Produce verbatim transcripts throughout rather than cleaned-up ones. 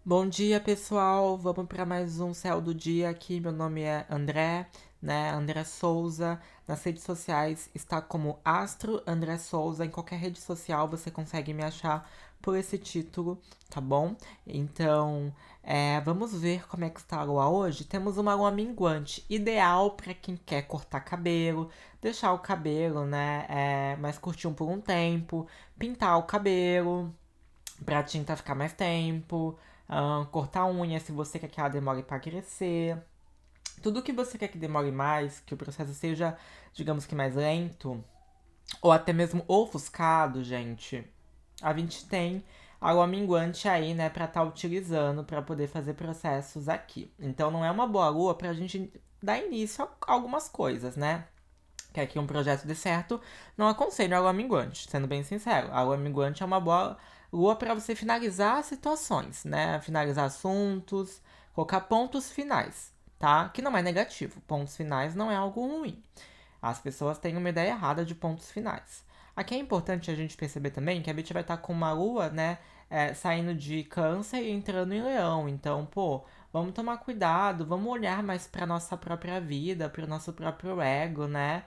Bom dia, pessoal. Vamos para mais um Céu do Dia aqui. Meu nome é André, né? André Souza. Nas redes sociais está como Astro André Souza. Em qualquer rede social você consegue me achar por esse título, tá bom? Então, é, vamos ver como é que está a lua hoje. Temos uma lua minguante, ideal para quem quer cortar cabelo, deixar o cabelo, né, é, mais curtinho por um tempo, pintar o cabelo pra tinta ficar mais tempo, ahn, cortar a unha se você quer que ela demore pra crescer. Tudo que você quer que demore mais, que o processo seja, digamos que mais lento, ou até mesmo ofuscado, gente. A gente tem a lua minguante aí, né, pra estar tá utilizando pra poder fazer processos aqui. Então não é uma boa lua pra gente dar início a algumas coisas, né? Quer que um projeto dê certo, não aconselho a lua minguante, sendo bem sincero. A lua minguante é uma boa lua para você finalizar situações, né? Finalizar assuntos, colocar pontos finais, tá? Que não é negativo. Pontos finais não é algo ruim. As pessoas têm uma ideia errada de pontos finais. Aqui é importante a gente perceber também que a Betty vai estar com uma lua, né, é, saindo de câncer e entrando em leão. Então, pô, vamos tomar cuidado, vamos olhar mais para nossa própria vida, para o nosso próprio ego, né?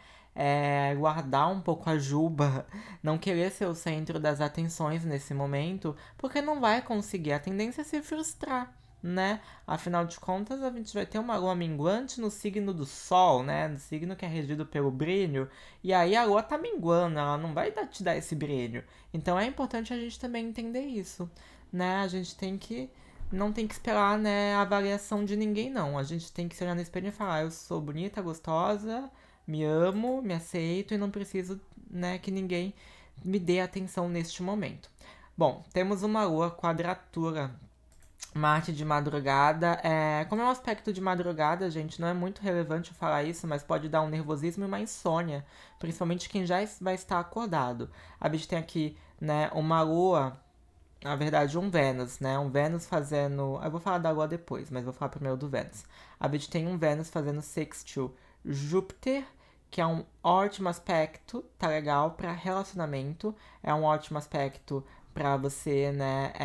É, guardar um pouco a juba, não querer ser o centro das atenções nesse momento, porque não vai conseguir. A tendência é se frustrar, né? Afinal de contas, a gente vai ter uma lua minguante no signo do Sol, né? No signo que é regido pelo brilho. E aí a lua tá minguando, ela não vai dar- te dar esse brilho. Então é importante a gente também entender isso, né? A gente tem que. Não tem que esperar, né, a avaliação de ninguém, não. A gente tem que se olhar no espelho e falar: eu sou bonita, gostosa, me amo, me aceito e não preciso, né, que ninguém me dê atenção neste momento. Bom, temos uma lua quadratura Marte de madrugada. É, como é um aspecto de madrugada, gente, não é muito relevante eu falar isso, mas pode dar um nervosismo e uma insônia, principalmente quem já vai estar acordado. A gente tem aqui, né, uma lua, na verdade, um Vênus, né? Um Vênus fazendo. Eu vou falar da lua depois, mas vou falar primeiro do Vênus. A gente tem um Vênus fazendo sextil Júpiter, que é um ótimo aspecto, tá legal, para relacionamento. É um ótimo aspecto pra você, né,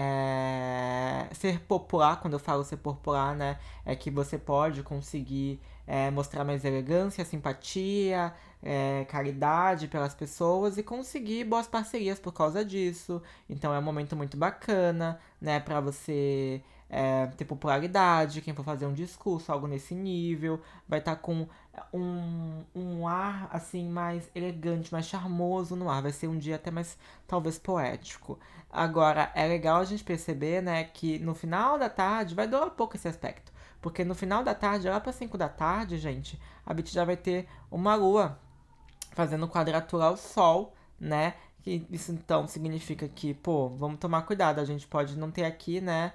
é, ser popular. Quando eu falo ser popular, né, é que você pode conseguir é, mostrar mais elegância, simpatia, é, caridade pelas pessoas e conseguir boas parcerias por causa disso. Então é um momento muito bacana, né, pra você é, ter popularidade, quem for fazer um discurso, algo nesse nível, vai estar tá com um, um ar, assim, mais elegante, mais charmoso no ar. Vai ser um dia até mais, talvez, poético. Agora, é legal a gente perceber, né, que no final da tarde vai durar pouco esse aspecto. Porque no final da tarde, lá para cinco da tarde, gente, a Bit já vai ter uma lua fazendo quadratura ao Sol, né? Que isso então significa que, pô, vamos tomar cuidado. A gente pode não ter aqui, né,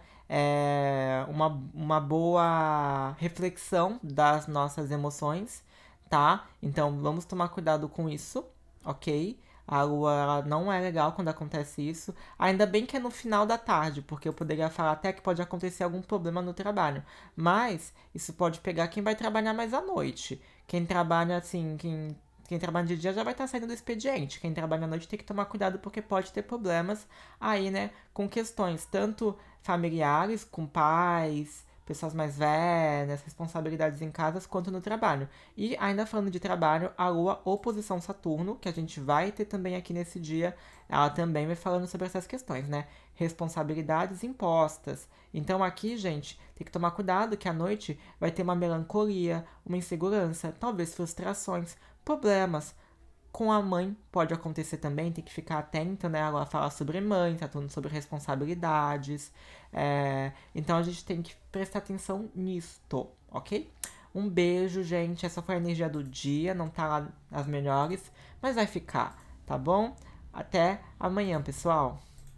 é, uma, uma boa reflexão das nossas emoções, tá? Então vamos tomar cuidado com isso, ok? A lua ela não é legal quando acontece isso. Ainda bem que é no final da tarde, porque eu poderia falar até que pode acontecer algum problema no trabalho. Mas isso pode pegar quem vai trabalhar mais à noite. Quem trabalha assim, quem quem trabalha de dia já vai estar saindo do expediente. Quem trabalha à noite tem que tomar cuidado porque pode ter problemas aí, né? Com questões tanto familiares, com pais, pessoas mais velhas, responsabilidades em casas, quanto no trabalho. E ainda falando de trabalho, a Lua oposição Saturno, que a gente vai ter também aqui nesse dia, ela também vai falando sobre essas questões, né? Responsabilidades impostas. Então aqui, gente, tem que tomar cuidado que à noite vai ter uma melancolia, uma insegurança, talvez frustrações, problemas. Com a mãe pode acontecer também, tem que ficar atento, né? Ela fala sobre mãe, tá falando sobre responsabilidades. É, então a gente tem que prestar atenção nisto, ok? Um beijo, gente. Essa foi a energia do dia, não tá lá as melhores, mas vai ficar, tá bom? Até amanhã, pessoal.